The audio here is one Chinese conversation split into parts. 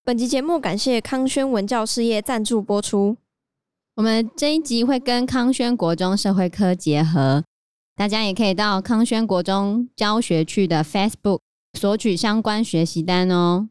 本集节目感谢康轩文教事业赞助播出。 我们这一集会跟康轩国中社会科结合，大家也可以到康轩国中教学区的 Facebook 索取相关学习单哦。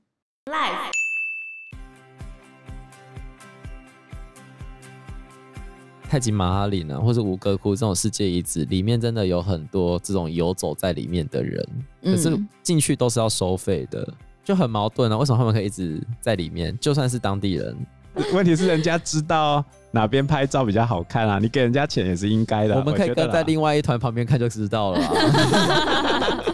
泰姬玛哈陵啊，或是吴哥窟这种世界遗址，里面真的有很多这种游走在里面的人，可是进去都是要收费的，就很矛盾啊。为什么他们可以一直在里面？就算是当地人， 问题是人家知道哪边拍照比较好看啊，你给人家钱也是应该的。 我们可以跟在另外一团旁边看就知道了啊。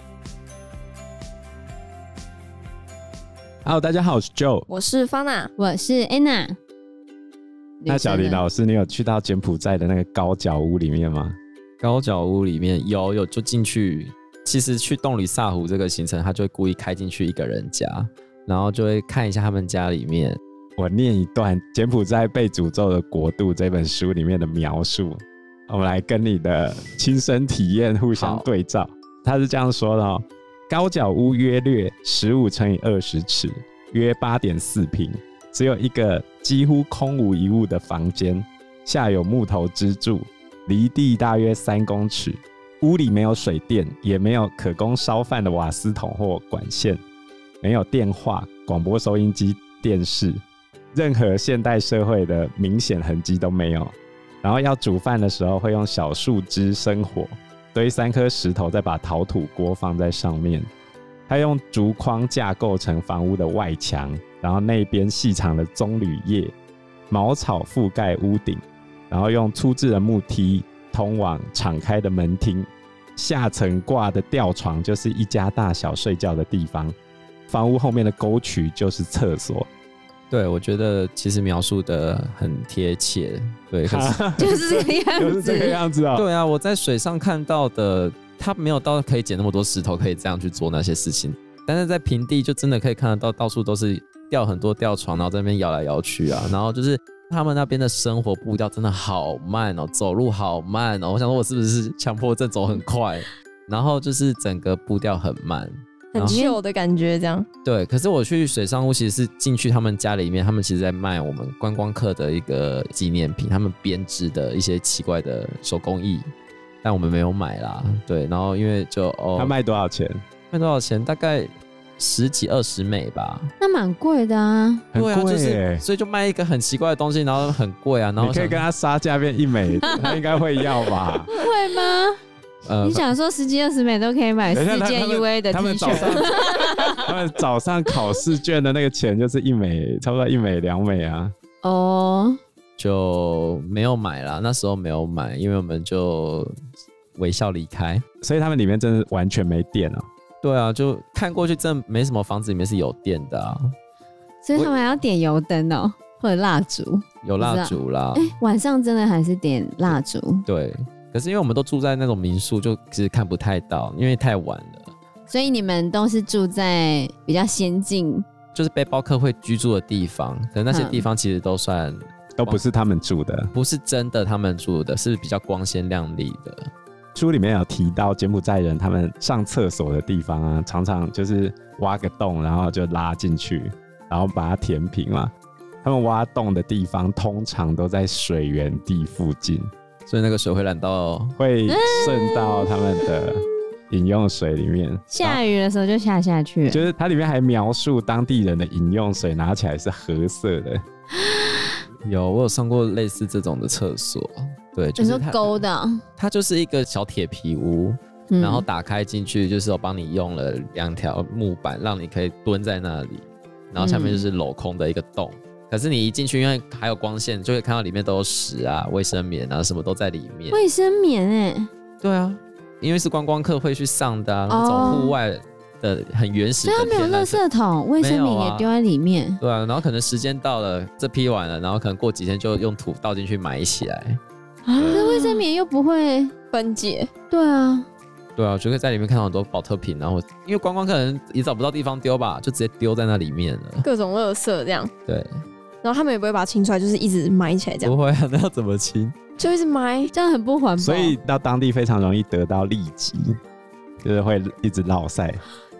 Hello， 大家好，我是 Joe， 我是 Fana， 我是 Anna。 那小林老师，你有去到柬埔寨的那个高脚屋里面吗？ 高脚屋里面有就进去。其实去洞里萨湖这个行程，他就会故意开进去一个人家，然后就会看一下他们家里面。 我念一段《柬埔寨被诅咒的国度》这本书里面的描述，我们来跟你的亲身体验互相对照。他是这样说的哦：高脚屋约略15乘以20尺，约 8.4 平。只有一个几乎空无一物的房间，下有木头支柱，离地大约3公尺。屋里没有水电，也没有可供烧饭的瓦斯桶或管线，没有电话、广播收音机、电视，任何现代社会的明显痕迹都没有。然后要煮饭的时候，会用小树枝生火，堆3颗石头，再把陶土锅放在上面。他用竹框架构成房屋的外墙，然后内边细长的棕榈叶、茅草覆盖屋顶，然后用粗制的木梯通往敞开的门厅。下层挂的吊床就是一家大小睡觉的地方，房屋后面的沟渠就是厕所。 对，我觉得其实描述的很贴切。对，可是就是这个样子， 就是这个样子哦。 对啊，我在水上看到的，他没有到可以捡那么多石头，可以这样去做那些事情。但是在平地就真的可以看得到，到处都是吊很多吊床，然后在那边摇来摇去啊。然后就是他们那边的生活步调真的好慢哦，走路好慢哦。我想说，我是不是强迫症走很快？然后就是整个步调很慢。 很chill的感觉，这样。 对，可是我去水上屋其实是进去他们家里面，他们其实在卖我们观光客的一个纪念品，他们编织的一些奇怪的手工艺，但我们没有买啦。对，然后因为就他卖多少钱？ 卖多少钱？大概10几20美吧。 那蛮贵的啊。 对啊， 很贵就是所以就卖一个很奇怪的东西，然后很贵啊。然后你可以跟他杀价变1美，他应该会要吧？ 会吗？你想说10几20美都可以买4件 UA 的 T 恤？ 他们早上考试卷的那个钱就是1美，差不多1美2美啊。 哦， 就没有买啦，那时候没有买，因为我们就微笑离开。 所以他们里面真的完全没电哦。 对啊，就看过去真的没什么房子里面是有电的啊。 所以他们还要点油灯哦，或者蜡烛。 有蜡烛啦。 晚上真的还是点蜡烛。 对。可是因为我们都住在那种民宿，就其实看不太到，因为太晚了。 所以你们都是住在比较先进， 就是背包客会居住的地方，可能那些地方其实都算都不是他们住的， 不是真的他们住的，是比较光鲜亮丽的。 书里面有提到柬埔寨人他们上厕所的地方啊，常常就是挖个洞，然后就拉进去，然后把它填平嘛。他们挖洞的地方通常都在水源地附近。 所以那个水会会渗到他们的饮用水里面。 下雨的时候就下去了。 就是它里面还描述当地人的饮用水拿起来是褐色的。 我有上过类似这种的厕所。对，就是你说勾的。 它就是一个小铁皮屋，然后打开进去就是我帮你用了2条木板，让你可以蹲在那里，然后下面就是镂空的一个洞。可是你一进去，因为还有光线，就会看到里面都有屎啊、卫生棉啊，什么都在里面。 卫生棉对啊，因为是观光客会去上的那种户外的很原始的。 所以它没有垃圾桶，卫生棉也丢在里面。 对啊，然后可能时间到了，这批完了，然后可能过几天就用土倒进去埋起来。 这卫生棉又不会分解。 对啊。 对啊，就可以在里面看到很多保特瓶，然后因为观光客人也找不到地方丢吧，就直接丢在那里面了， 各种垃圾这样。 对。 然后他们也不会把它清出来，就是一直埋起来这样。 不会啊，那要怎么清？ 就一直埋， 这样很不环保。 所以到当地非常容易得到痢疾，就是会一直落晒。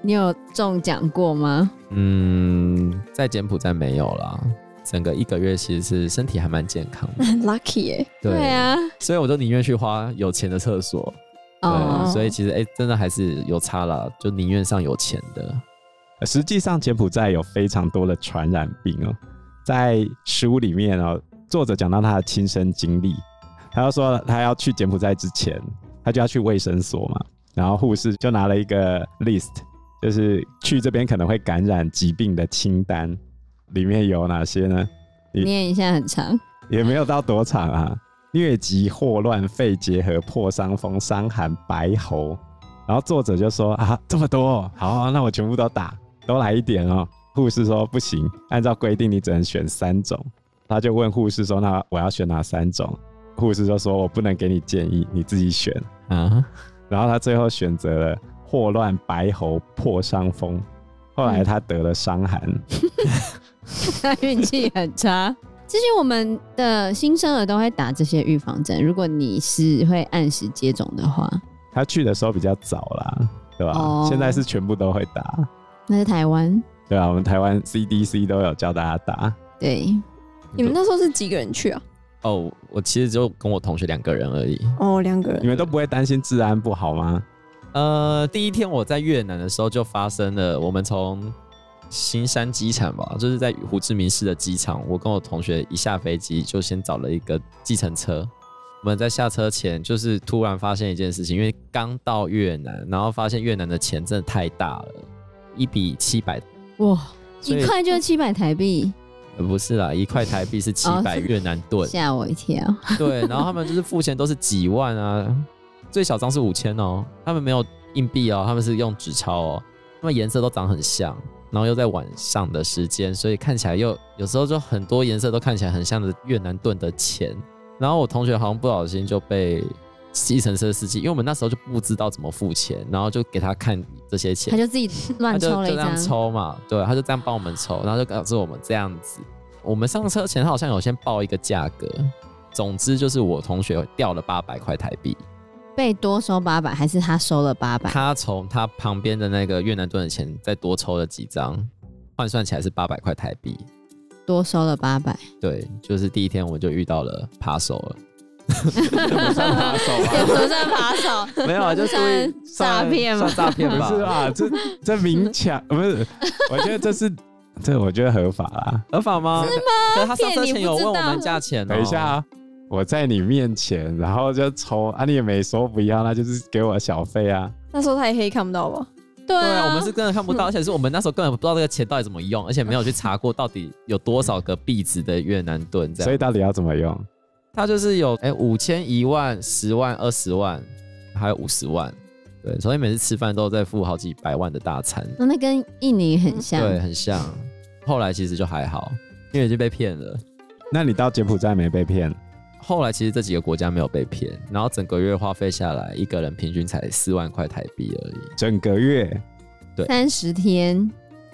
你有中奖过吗？ 在柬埔寨没有啦。整个1个月其实是身体还蛮健康的， 很 lucky 耶。 对啊， 所以我就宁愿去花有钱的厕所。对，所以其实真的还是有差啦，就宁愿上有钱的。 实际上柬埔寨有非常多的传染病哦，在书里面哦，作者讲到他的亲身经历，他就说他要去柬埔寨之前，他就要去卫生所嘛，然后护士就拿了一个 list， 就是去这边可能会感染疾病的清单，里面有哪些呢？ 念一下很长， 也没有到多长啊。疟疾、霍乱、肺结核、破伤风、伤寒、白喉，然后作者就说啊，这么多，好，那我全部都打，都来一点哦。护士说不行，按照规定你只能选3种。他就问护士说，那我要选哪3种？护士就说我不能给你建议，你自己选啊。然后他最后选择了霍乱、白喉、破伤风，后来他得了伤寒。 他运气很差。之前我们的新生儿都会打这些预防针，如果你是会按时接种的话。 他去的时候比较早啦，对吧？现在是全部都会打。 那是台湾。 对啊，我们台湾 CDC 都有教大家打。 对， 你们那时候是几个人去啊？ 我其实就跟我同学2个人而已。 2个人。 你们都不会担心治安不好吗？ 第一天我在越南的时候就发生了，我们从新山机场吧，就是在胡志明市的机场，我跟我同学一下飞机就先找了一个计程车。我们在下车前就是突然发现一件事情，因为刚到越南，然后发现越南的钱真的太大了，1比700， 哇，1块就是700台币。 不是啦，1块台币是700越南盾， 吓我一跳。对， 然后他们就是付钱都是几万啊，最小张是5000哦，他们没有硬币哦，他们是用纸钞哦，他们颜色都长很像。然后又在晚上的时间，所以看起来又有时候就很多颜色都看起来很像的越南盾的钱。然后我同学好像不小心就被计程车司机，因为我们那时候就不知道怎么付钱，然后就给他看这些钱， 他就自己乱抽了一张， 就这样抽嘛，对，他就这样帮我们抽，然后就告诉我们这样子。我们上车前他好像有先报一个价格，总之就是我同学掉了800块台币。 被多收800，还是他收了800？ 他从他旁边的那个越南盾的钱再多抽了几张，换算起来是800块台币， 多收了800。 对，就是第一天我就遇到了扒手了。 不算扒手吧？ 也不算扒手， 没有啊，就算诈骗吗？ 算诈骗吧？ 不是吧？这明抢不是？我觉得这我觉得合法啦。 合法吗？ 是吗？ 可是他上车前有问我们价钱哦。 等一下啊，我在你面前，然后就抽啊，你也没说不要，那就是给我小费啊。 那时候太黑看不到吧？ 对啊，我们是根本看不到，而且是我们那时候根本不知道这个钱到底怎么用，而且没有去查过到底有多少个币值的越南盾这样。 所以到底要怎么用？ 它就是有5000、1万、10万、20万，还有50万。对，所以每次吃饭都在付好几百万的大餐。 那跟印尼很像。 对，很像。后来其实就还好，因为已经被骗了。 那你到柬埔寨没被骗？ 后来其实这几个国家没有被骗，然后整个月花费下来，一个人平均才4万块台币而已。 整个月？ 对 ，30天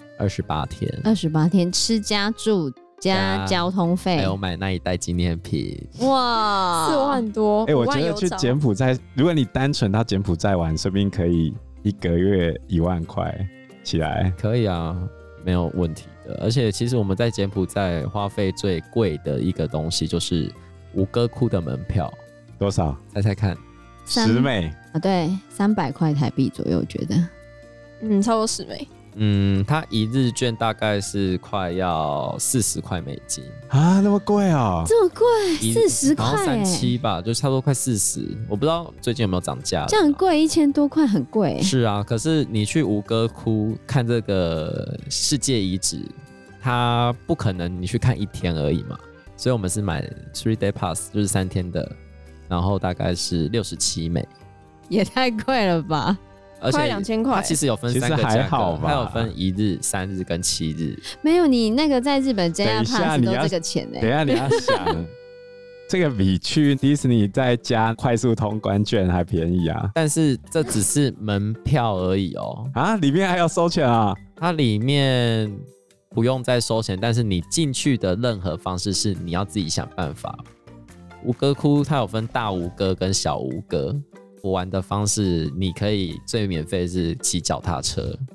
，28天 ，28天，吃加住加交通费， 还有买那一袋纪念品。 哇 ，4万多！ 我觉得去柬埔寨，如果你单纯到柬埔寨玩，说不定可以1个月1万块起来。 可以啊，没有问题的。而且其实我们在柬埔寨花费最贵的一个东西就是吴哥窟的门票。 多少？ 猜猜看。 10美啊，对，300块台币左右，我觉得。 超过10美。 它一日券大概是快要40块美金啊，那么贵哦？ 这么贵，40块， 好像37吧，就差不多快40。我不知道最近有没有涨价。 这样很贵，1000多块很贵。 是啊，可是你去吴哥窟看这个世界遗址，它不可能你去看1天而已嘛，所以我们是买 3-day pass， 就是3天的，然后大概是67美， 也太贵了吧？ 而且快2000块， 它其实有分3个价格， 还好吧？ 它有分1日、3日跟7日。 没有，你那个在日本 JR Pass 都这个钱呢。 等一下你要想，这个比去迪士尼再加快速通关券还便宜啊！ 但是这只是门票而已哦。 啊，里面还要收钱啊？ 它里面不用再收钱，但是你进去的任何方式是你要自己想办法。吴哥窟它有分大吴哥跟小吴哥。我玩的方式，你可以最免费是骑脚踏车，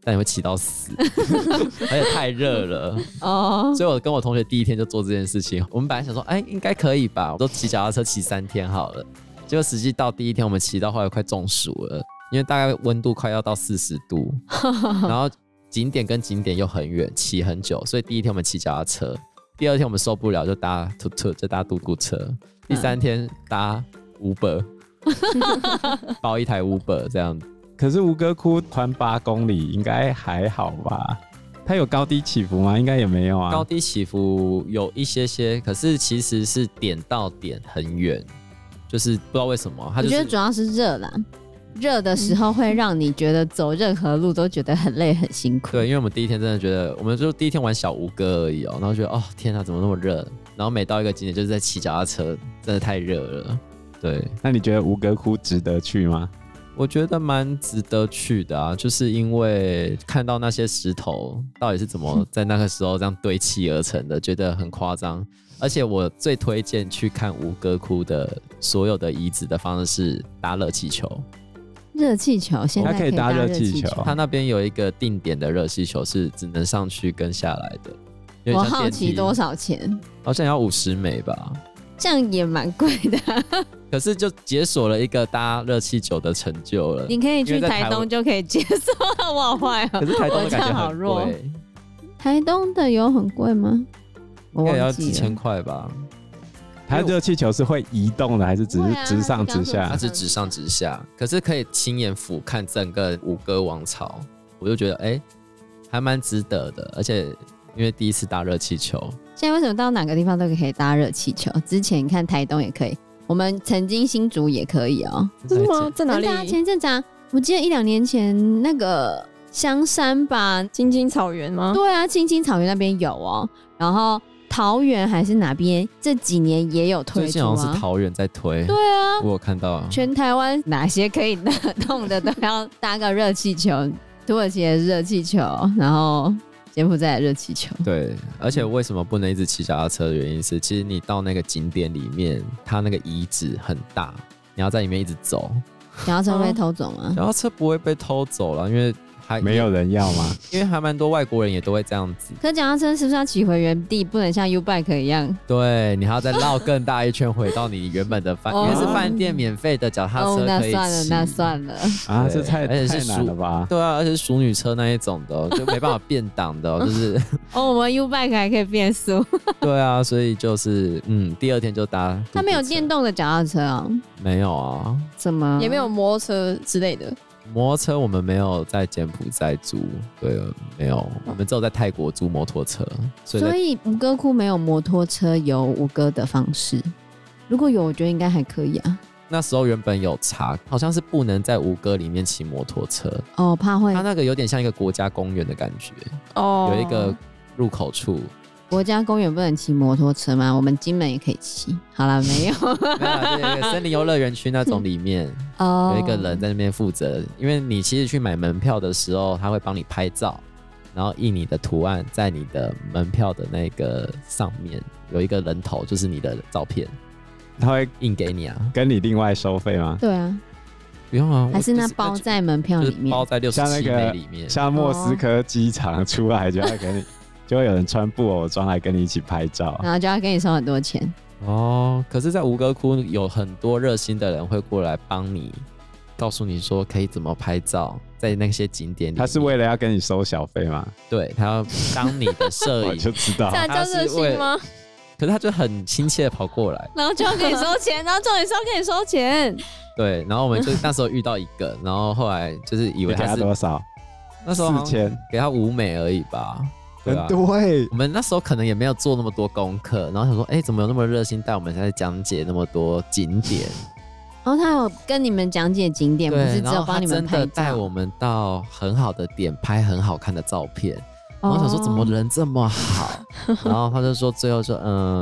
但你会骑到死，而且太热了哦， 所以我跟我同学第一天就做这件事情。我们本来想说，哎，应该可以吧，我都骑脚踏车骑3天好了。结果实际到第一天，我们骑到后来快中暑了，因为大概温度快要到40度，然后景点跟景点又很远，骑很久，所以第一天我们骑脚踏车，第二天我们受不了就搭突突，就搭嘟嘟车，第3天搭 Uber， 包一台 Uber 这样子。 可是吴哥窟宽8公里，应该还好吧？它有高低起伏吗？应该也没有啊。 高低起伏有一些些，可是其实是点到点很远，就是不知道为什么。它就是、 我觉得主要是热啦，热的时候会让你觉得走任何路都觉得很累很辛苦。 对，因为我们第一天真的觉得，我们就第一天玩小吴哥而已哦，然后觉得哦天啊，怎么那么热？然后每到一个景点就是在骑脚踏车，真的太热了。对， 那你觉得吴哥窟值得去吗？ 我觉得蛮值得去的啊，就是因为看到那些石头到底是怎么在那个时候这样堆砌而成的，觉得很夸张。而且我最推荐去看吴哥窟的所有的遗址的方式是搭热气球。 热气球现在它可以搭搭热气球它那边有一个定点的热气球是只能上去跟下来的。有点我像电梯好奇多少钱？ 好像要50美吧。 这样也蛮贵的。 可是就解锁了一个搭热气球的成就了。 你可以去因为在台东就可以接受，我好坏哦。 可是台东的感我这样觉很好弱贵， 台东的有很贵吗？我应该也要忘记几千了。 块吧。 它热气球是会移动的，还是只会啊是直上直它下它？是直上直下，可是可以亲眼俯瞰整个吴哥王朝，我就觉得还蛮值得的。而且因为第一次搭热气球， 现在为什么到哪个地方都可以搭热气球？之前你看台东也可以，我们曾经新竹也可以哦。 真的吗？在哪里真？的啊前阵子啊，我记得1-2年前那个香山吧， 青青草原吗？ 对啊，青青草原那边有哦，然后桃园还是哪边这几年也有推出最近好像啊是。桃园在推， 对啊， 我有看到。 全台湾哪些可以动的都要搭个热气球，土耳其的热气球，然后柬埔寨的热气球。 对，而且为什么不能一直骑脚踏车的原因是，其实你到那个景点里面，它那个遗址很大，你要在里面一直走。 脚踏车会被偷走吗？ 脚踏车不会被偷走了，因为没有人要吗？ 因为还蛮多外国人也都会这样子。 可脚踏车是不是要骑回原地，不能像 U-Bike 一样？ 对，你还要再绕更大一圈回到你原本的饭， 哦因为是饭店免费的脚踏车哦，那可以算了， 骑那算了。 啊， 对这太而且是太难了吧？ 对啊，而且是淑女车那一种的、就没办法变档的、就是哦，我们 U-Bike 还可以变速， 对啊，所以就是第二天就搭。 它没有电动的脚踏车哦？ 没有啊， 怎么也没有摩托车之类的。 摩托车我们没有在柬埔寨租，对，没有，我们只有在泰国租摩托车，所以在所以吴哥窟没有摩托车游吴哥的方式。如果有，我觉得应该还可以啊。 那时候原本有查，好像是不能在吴哥里面骑摩托车， 哦，怕会它那个有点像一个国家公园的感觉， 哦， 有一个入口处。 国家公园不能骑摩托车吗？我们金门也可以骑。好了，没有。 没有啊，就有一个森林游乐园区那种里面哦， 有一个人在那边负责，因为你其实去买门票的时候，他会帮你拍照，然后印你的图案在你的门票的那个上面，有一个人头就是你的照片， 他会印给你啊。 跟你另外收费吗？ 对啊， 不用啊， 还是那就是包在门票就是里面。 包在67 像那个美里面。 像莫斯科机场出来就要给你，就会有人穿布偶装来跟你一起拍照。 然后就要跟你收很多钱。 哦，可是，在吴哥窟有很多热心的人会过来帮你，告诉你说可以怎么拍照，在那些景点里面。 他是为了要跟你收小费吗？ 对他要当你的摄我影， 就知道这，样叫热心吗？ 可是他就很亲切的跑过来。 然后就要跟你收钱，然后重点是要跟你收钱。 对，然后我们就那时候遇到一个，然后后来就是以你给为他是他多少？ 那时候好像 4000， 给他5美而已吧。对啊， 多欸我们那时候可能也没有做那么多功课，然后想说，怎么有那么热心带我们在讲解那么多景点？ 然后他有跟你们讲解景点，不是只然后他有帮你们真的拍照。 带我们到很好的点拍很好看的照片。然哦后想说怎么人这么好，然后他就说最后说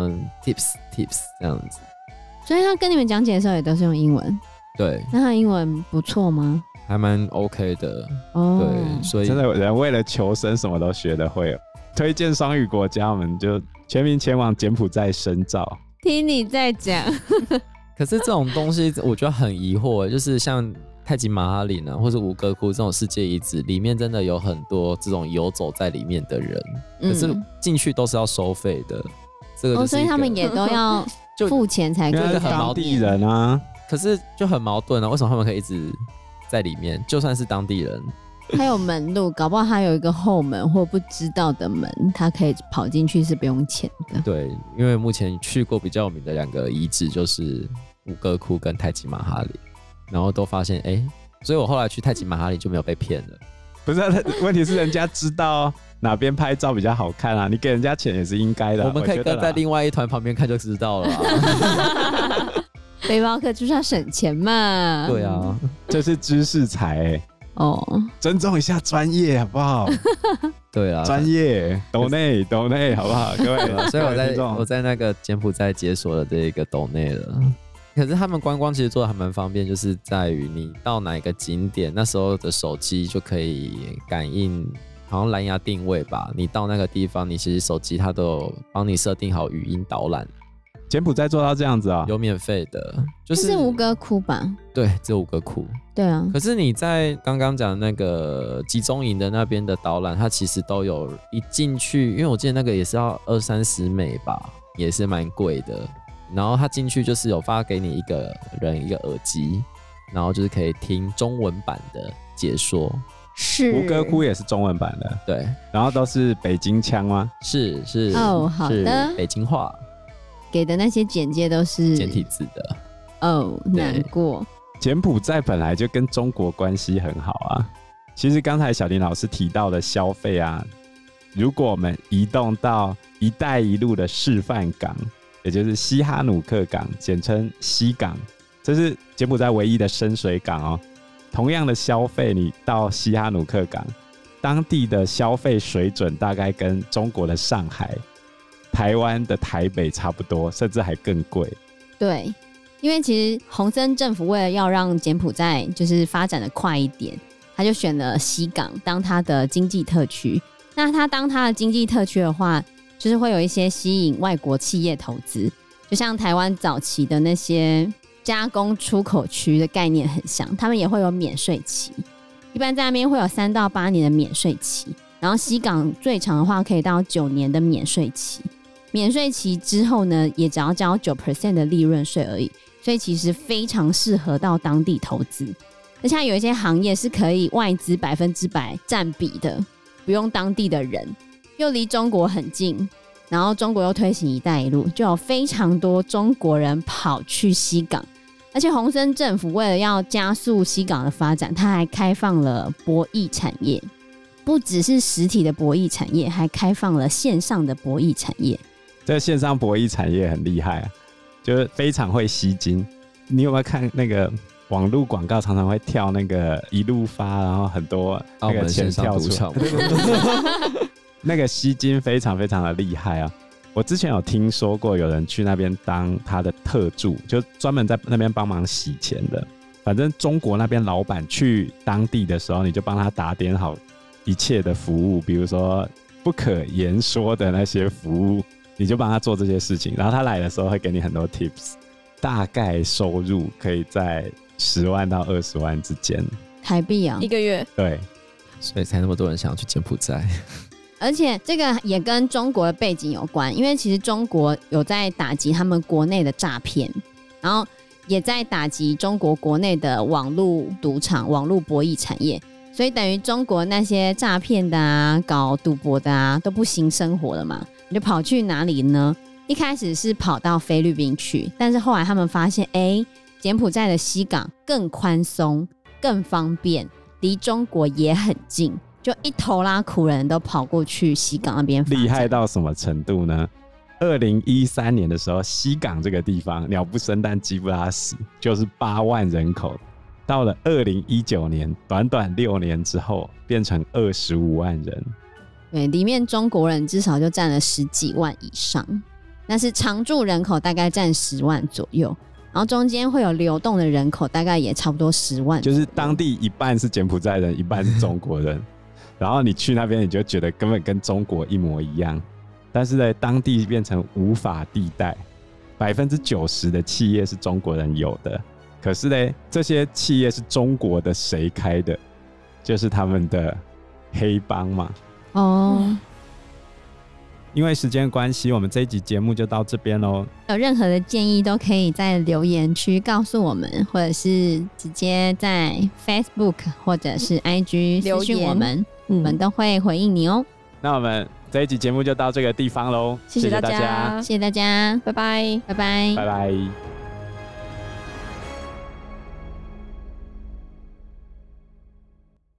tips 这样子。 所以他跟你们讲解的时候也都是用英文。 对， 那他英文不错吗？ 还蛮 OK 的。 哦， 对，所以真的人为了求生什么都学得会。推荐双语国家，我们就全民前往柬埔寨深造。 听你在讲。 可是这种东西我觉得很疑惑，就是像太极马哈陵啊，或是吴哥窟这种世界遗址里面，真的有很多这种游走在里面的人，可是进去都是要收费的。这个就是所以他们也都要付钱才可以。 因为是当地人啊， 可是就很矛盾啊，为什么他们可以一直在里面？就算是当地人， 他有门路，搞不好他有一个后门或不知道的门，他可以跑进去是不用钱的。 对，因为目前去过比较有名的2个遗址就是吴哥窟跟太极马哈陵，然后都发现所以我后来去太极马哈陵就没有被骗了。 不是、啊，问题是人家知道哪边拍照比较好看啊，你给人家钱也是应该的、啊。 我们可以跟在另外一团旁边看就知道了、啊。 背包客就是要省钱嘛。 对啊， 这是知识财尊重一下专业好不好？ 对啊， 专业抖内好不好？各位， 所以我在那个柬埔寨解锁了这个抖内了。可是他们观光其实做的还蛮方便，就是在于你到哪一个景点，那时候的手机就可以感应，好像蓝牙定位吧。你到那个地方，你其实手机它都有帮你设定好语音导览。 柬埔寨做到这样子啊？ 有免费的，就是吴哥窟吧？ 对，只有吴哥窟。 对啊。 可是你在刚刚讲那个集中营的那边的导览，它其实都有一进去，因为我记得那个也是要20-30美吧，也是蛮贵的。然后他进去就是有发给你一个人一个耳机，然后就是可以听中文版的解说。 是吴哥窟也是中文版的， 对， 然后都是北京腔吗？ 是好的， 北京话给的那些简介都是简体字的。 难过。 柬埔寨本来就跟中国关系很好啊。其实刚才小林老师提到的消费啊，如果我们移动到一带一路的示范港，也就是西哈努克港，简称西港，这是柬埔寨唯一的深水港哦。同样的消费，你到西哈努克港，当地的消费水准大概跟中国的上海、台湾的台北差不多，甚至还更贵。 对，因为其实洪森政府为了要让柬埔寨就是发展的快一点，他就选了西港当他的经济特区。那他当他的经济特区的话，就是会有一些吸引外国企业投资，就像台湾早期的那些加工出口区的概念很像，他们也会有免税期，一般在那边会有3到8年的免税期，然后西港最长的话可以到9年的免税期。免税期之后呢，也只要交 9% 的利润税而已，所以其实非常适合到当地投资。而且有一些行业是可以外资100%占比的，不用当地的人，又离中国很近，然后中国又推行一带一路，就有非常多中国人跑去西港。而且洪森政府为了要加速西港的发展，他还开放了博弈产业，不只是实体的博弈产业，还开放了线上的博弈产业。 这个线上博弈产业很厉害啊，就是非常会吸金。你有没有看那个网络广告，常常会跳那个一路发，然后很多那个钱跳出来，那个吸金非常非常的厉害啊！我之前有听说过有人去那边当他的特助，就专门在那边帮忙洗钱的。反正中国那边老板去当地的时候，你就帮他打点好一切的服务，比如说不可言说的那些服务，你就帮他做这些事情。然后他来的时候会给你很多 tips， 大概收入可以在10万到20万之间台币啊， 一个月。 对， 所以才那么多人想要去柬埔寨。 而且这个也跟中国的背景有关，因为其实中国有在打击他们国内的诈骗，然后也在打击中国国内的网络赌场、网络博弈产业，所以等于中国那些诈骗的啊、搞赌博的啊都不行生活了嘛，你就跑去哪里呢？一开始是跑到菲律宾去，但是后来他们发现，柬埔寨的西港更宽松、更方便，离中国也很近。就一头拉苦人都跑过去西港那边发展。 厉害到什么程度呢？2013年的时候，西港这个地方鸟不生蛋鸡不拉屎，就是8万人口。到了2019年，短短6年之后，变成25万人。 对，里面中国人至少就占了10几万以上，但是常住人口大概占10万左右，然后中间会有流动的人口，大概也差不多10万。 就是当地一半是柬埔寨人，一半是中国人。然后你去那边，你就觉得根本跟中国一模一样，但是在当地变成无法地带，90%的企业是中国人有的， 可是呢，这些企业是中国的谁开的？就是他们的黑帮嘛。 哦， 因为时间关系，我们这一集节目就到这边咯。 有任何的建议都可以在留言区告诉我们，或者是直接在 Facebook 或者是 IG 私讯我们，我们都会回应你哦。 那我们这一集节目就到这个地方咯， 谢谢大家， 谢谢大家， 拜拜， 拜拜， 拜拜。